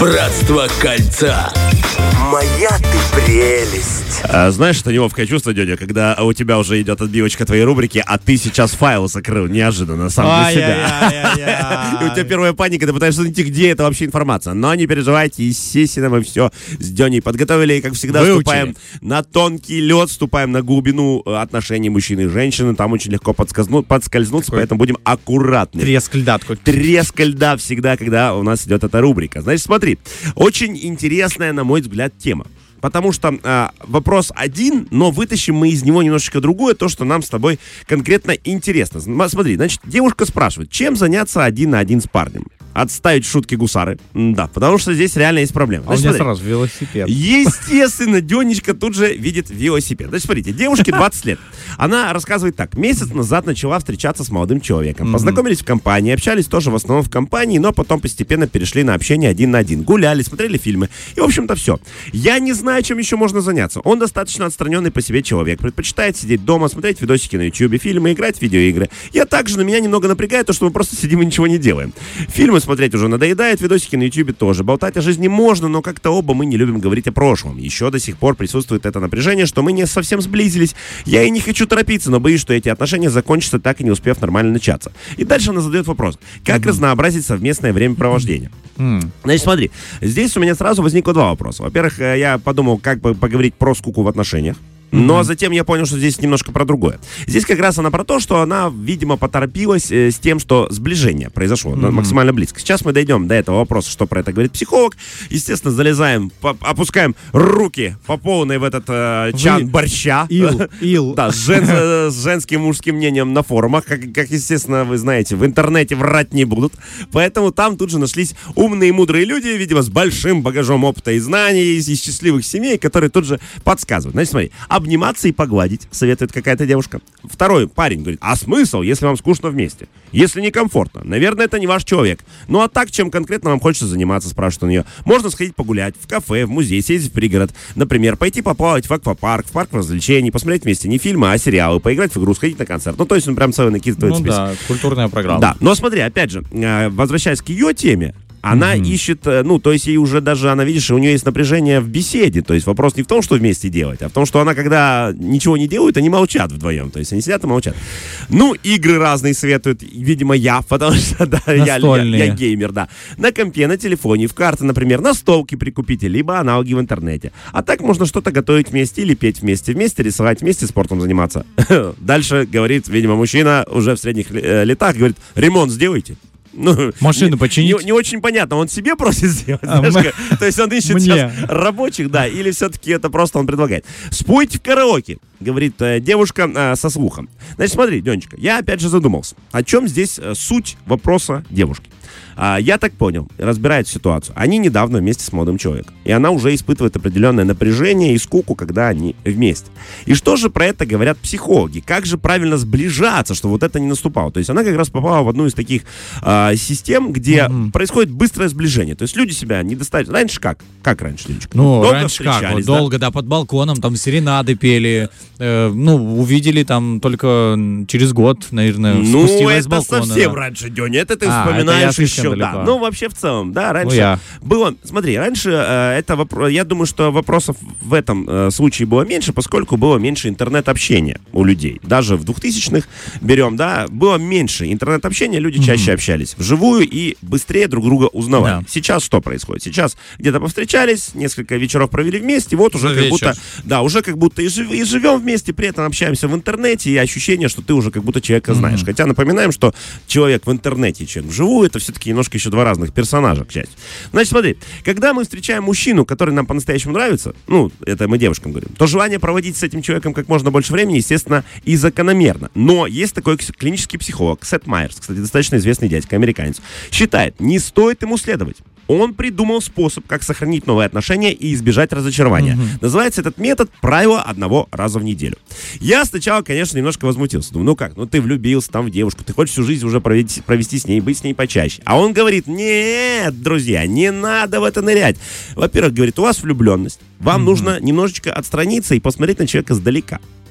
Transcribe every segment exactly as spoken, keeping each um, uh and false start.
Братство кольца. Моя ты прелесть. А, знаешь, это неловкое чувство, Дёня, когда у тебя уже идет отбивочка твоей рубрики, а ты сейчас файл закрыл неожиданно сам для себя. И у тебя первая паника, ты пытаешься найти, где это вообще информация. Но не переживайте, естественно, мы все с Дёней подготовили. И, как всегда, вступаем на тонкий лед, вступаем на глубину отношений мужчины и женщины. Там очень легко подскользнуться, поэтому будем аккуратны. Треск льда. Треск льда всегда, когда у нас идет эта рубрика. Значит, смотри, очень интересная, на мой взгляд, тема. Потому что э, вопрос один, но вытащим мы из него немножечко другое, то, что нам с тобой конкретно интересно. Смотри, значит, девушка спрашивает, чем заняться один на один с парнем? Отставить шутки гусары. Да, потому что здесь реально есть проблема. А Значит, у меня смотри, сразу велосипед. Естественно, Денечка тут же видит велосипед. Значит, смотрите, девушке двадцать лет. Она рассказывает так. Месяц назад начала встречаться с молодым человеком. Mm-hmm. Познакомились в компании, общались тоже в основном в компании, но потом постепенно перешли на общение один на один. Гуляли, смотрели фильмы. И, в общем-то, все. Я не знаю, чем еще можно заняться. Он достаточно отстраненный по себе человек. Предпочитает сидеть дома, смотреть видосики на ютубе, фильмы, играть в видеоигры. Я также, на меня немного напрягает то, что мы просто сидим и ничего не делаем. Фильмы смотреть уже надоедает, видосики на ютубе тоже. Болтать о жизни можно, но как-то оба мы не любим говорить о прошлом. Еще до сих пор присутствует это напряжение, что мы не совсем сблизились. Я и не хочу торопиться, но боюсь, что эти отношения закончатся, так и не успев нормально начаться. И дальше она задает вопрос. Как mm-hmm. разнообразить совместное времяпровождение? Mm-hmm. Значит, смотри, здесь у меня сразу возникло два вопроса. Во-первых, я подумал, как бы поговорить про скуку в отношениях. Но mm-hmm. затем я понял, что здесь немножко про другое. Здесь как раз она про то, что она, видимо, поторопилась э, с тем, что сближение произошло mm-hmm. максимально близко. Сейчас мы дойдем до этого вопроса, что про это говорит психолог. Естественно, залезаем, по- опускаем руки по полной в этот э, чан Вы... борща. Ил, ил. Да, с, жен... с женским мужским мнением на форумах. Как, как, естественно, вы знаете, в интернете врать не будут. Поэтому там тут же нашлись умные и мудрые люди, видимо, с большим багажом опыта и знаний, из счастливых семей, которые тут же подсказывают. Значит, смотри, обниматься и погладить, советует какая-то девушка. Второй парень говорит, а смысл, если вам скучно вместе? Если некомфортно? Наверное, это не ваш человек. Ну а так, чем конкретно вам хочется заниматься, спрашивает у нее. Можно сходить погулять в кафе, в музей, съездить в пригород. Например, пойти поплавать в аквапарк, в парк развлечений, посмотреть вместе не фильмы, а сериалы, поиграть в игру, сходить на концерт. Ну, то есть он прям целый накидывает ну, список. Да, культурная программа. Да, но смотри, опять же, возвращаясь к ее теме, она mm-hmm. ищет, ну, то есть ей уже даже, она, видишь, у нее есть напряжение в беседе. То есть вопрос не в том, что вместе делать, а в том, что она, когда ничего не делает, они молчат вдвоем. То есть они сидят и молчат. Ну, игры разные советуют, видимо, я, потому что, да, я, я, я геймер, да. На компе, на телефоне, в карты, например, настолки прикупите, либо аналоги в интернете. А так можно что-то готовить вместе или петь вместе, вместе рисовать, вместе спортом заниматься. Дальше говорит, видимо, мужчина уже в средних летах, говорит, ремонт сделайте. Ну, машину починить. Не, не очень понятно, он себе просит сделать, а, знаешь, мы... как, то есть он ищет сейчас рабочих, да, или все-таки это просто он предлагает. Спойте в караоке, говорит э, девушка э, со слухом. Значит, смотри, Денечка, я опять же задумался, о чем здесь э, суть вопроса девушки. А, я так понял, разбирает ситуацию. Они недавно вместе с молодым человеком. И она уже испытывает определенное напряжение и скуку, когда они вместе. И что же про это говорят психологи? Как же правильно сближаться, чтобы вот это не наступало? То есть она как раз попала в одну из таких а, систем, где mm-hmm. происходит быстрое сближение. То есть люди себя не достают. Раньше как? Как раньше, Денечка? Ну, долго раньше как? Вот, да? Долго, да, под балконом, там серенады пели. Э, ну, увидели там только через год, наверное, ну, спустилась с балкона. Ну, это совсем да. раньше, Деня. Это ты а, вспоминаешь это еще. Да. Ну, вообще в целом, да, раньше ну, было... Смотри, раньше э, это вопрос... Я думаю, что вопросов в этом э, случае было меньше, поскольку было меньше интернет-общения у людей. Даже в двухтысячных берем, да, было меньше интернет-общения, люди mm-hmm. чаще общались вживую и быстрее друг друга узнавали. Да. Сейчас что происходит? Сейчас где-то повстречались, несколько вечеров провели вместе, вот уже как будто... Да, уже как будто и, жив, и живем вместе, при этом общаемся в интернете, и ощущение, что ты уже как будто человека знаешь. Mm-hmm. Хотя напоминаем, что человек в интернете и человек вживую, это все-таки немножко еще два разных персонажа, к счастью. Значит, смотри, когда мы встречаем мужчину, который нам по-настоящему нравится, ну, это мы девушкам говорим, то желание проводить с этим человеком как можно больше времени, естественно, и закономерно. Но есть такой клинический психолог, Сет Майерс, кстати, достаточно известный дядька, американец, считает, не стоит ему следовать. Он придумал способ, как сохранить новые отношения и избежать разочарования. Mm-hmm. Называется этот метод «правило одного раза в неделю». Я сначала, конечно, немножко возмутился. Думаю, ну как, ну ты влюбился там в девушку, ты хочешь всю жизнь уже провести, провести с ней, быть с ней почаще. А он говорит, нет, друзья, не надо в это нырять. Во-первых, говорит, у вас влюбленность, вам mm-hmm. нужно немножечко отстраниться и посмотреть на человека сдалека.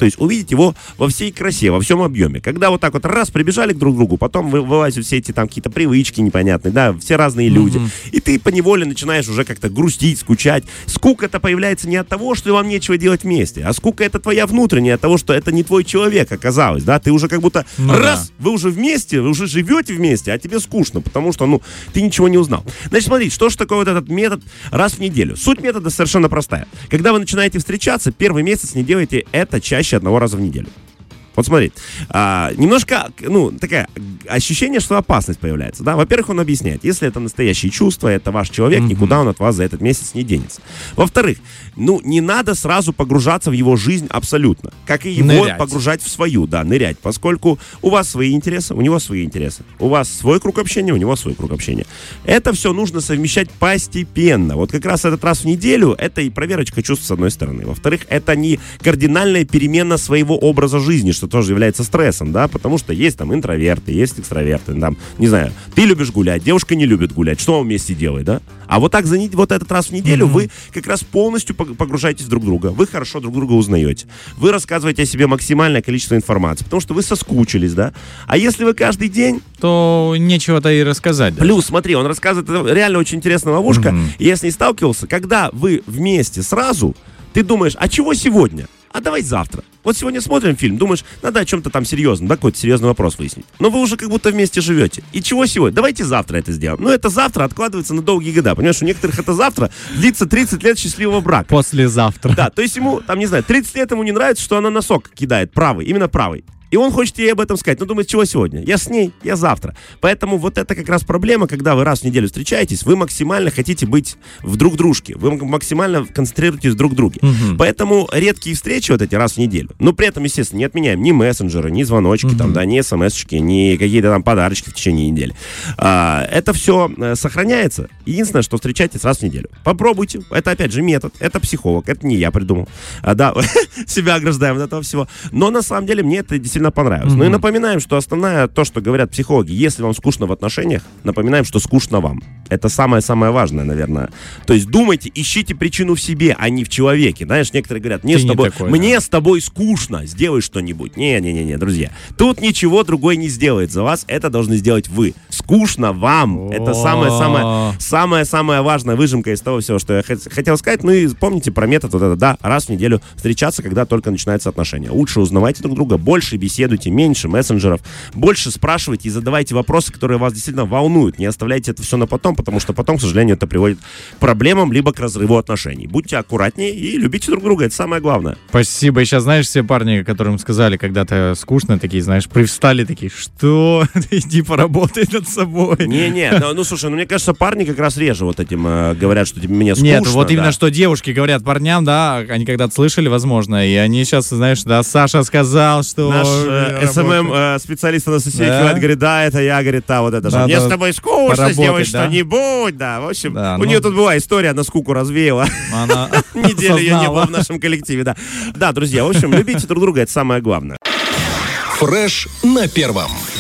то есть увидеть его во всей красе, во всем объеме. Когда вот так вот раз прибежали к друг другу, потом вы, вылазят все эти там какие-то привычки непонятные, да, все разные люди, mm-hmm. и ты поневоле начинаешь уже как-то грустить, скучать. Скука-то появляется не от того, что вам нечего делать вместе, а скука это твоя внутренняя, от того, что это не твой человек оказалось, да, ты уже как будто ну, раз, да. вы уже вместе, вы уже живете вместе, а тебе скучно, потому что, ну, ты ничего не узнал. Значит, смотрите, что же такое вот этот метод раз в неделю? Суть метода совершенно простая. Когда вы начинаете встречаться, первый месяц не делайте это чаще одного раза в неделю. Вот смотри, а, немножко, ну, такое ощущение, что опасность появляется, да. Во-первых, он объясняет, если это настоящие чувства, это ваш человек, mm-hmm. никуда он от вас за этот месяц не денется. Во-вторых, ну, не надо сразу погружаться в его жизнь абсолютно, как и его нырять. Погружать в свою, да, нырять, поскольку у вас свои интересы, у него свои интересы, у вас свой круг общения, у него свой круг общения. Это все нужно совмещать постепенно. Вот как раз этот раз в неделю, это и проверочка чувств с одной стороны. Во-вторых, это не кардинальная перемена своего образа жизни, что тоже является стрессом, да, потому что есть там интроверты, есть экстраверты, там, не знаю, ты любишь гулять, девушка не любит гулять, что вам вместе делать, да? А вот так за не... вот этот раз в неделю mm-hmm. вы как раз полностью погружаетесь друг в друга, вы хорошо друг друга узнаете, вы рассказываете о себе максимальное количество информации, потому что вы соскучились, да? А если вы каждый день... То нечего-то и рассказать. Да? Плюс, смотри, он рассказывает, это реально очень интересная ловушка, mm-hmm. я с ней сталкивался, когда вы вместе сразу, ты думаешь, а чего сегодня? А давай завтра. Вот сегодня смотрим фильм, думаешь, надо о чем-то там серьезном, да, какой-то серьезный вопрос выяснить. Но вы уже как будто вместе живете. И чего сегодня? Давайте завтра это сделаем. Но это завтра откладывается на долгие года. Понимаешь, у некоторых это завтра длится тридцать лет счастливого брака. Послезавтра. Да, то есть ему, там, не знаю, тридцать лет ему не нравится, что она носок кидает правый, именно правый. И он хочет ей об этом сказать, но думает, чего сегодня? Я с ней, я завтра. Поэтому вот это как раз проблема, когда вы раз в неделю встречаетесь, вы максимально хотите быть в друг дружке, вы максимально концентрируетесь друг в друге. Угу. Поэтому редкие встречи вот эти раз в неделю, но при этом, естественно, не отменяем ни мессенджеры, ни звоночки, угу. там, да, ни смс-очки, ни какие-то там подарочки в течение недели. А, это все сохраняется. Единственное, что встречайтесь раз в неделю. Попробуйте. Это, опять же, метод. Это психолог. Это не я придумал. А, да, себя ограждаем от этого всего. Но на самом деле мне это действительно понравилось. Mm-hmm. Ну и напоминаем, что основное то, что говорят психологи, если вам скучно в отношениях, напоминаем, что скучно вам. Это самое-самое важное, наверное. То есть думайте, ищите причину в себе, а не в человеке. Знаешь, некоторые говорят, мне, с тобой, такой, мне да. с тобой скучно, сделай что-нибудь. Не-не-не, друзья. Тут ничего другой не сделает за вас, это должны сделать вы. Скучно вам. О-о-о. Это самая-самая самая-самая важная выжимка из того всего, что я хотел сказать. Ну и помните про метод вот это, да, раз в неделю встречаться, когда только начинаются отношения. Лучше узнавайте друг друга, больше беседуйте, меньше мессенджеров, больше спрашивайте и задавайте вопросы, которые вас действительно волнуют. Не оставляйте это все на потом, потому что потом, к сожалению, это приводит к проблемам, либо к разрыву отношений. Будьте аккуратнее и любите друг друга, это самое главное. Спасибо. И сейчас, знаешь, все парни, которым сказали когда-то скучно, такие, знаешь, привстали, такие, что? Иди поработай над собой. Не-не, ну, ну слушай, ну мне кажется, парни как раз реже вот этим э, говорят, что тебе мне скучно. Нет, вот да. именно что девушки говорят парням, да, они когда-то слышали, возможно, и они сейчас, знаешь, да, Саша сказал, что... Наш э, эс эм эм-специалист э, на соседей да? кивает, говорит, да, это я, говорит, да, вот это же. Да, мне да, с тобой скучно, сделай да? что-нибудь, да, в общем, да, у ну... нее тут была история, она скуку развеяла. Она неделю ее не было в нашем коллективе, да. Да, друзья, в общем, любите друг друга, это самое главное. Фреш на первом.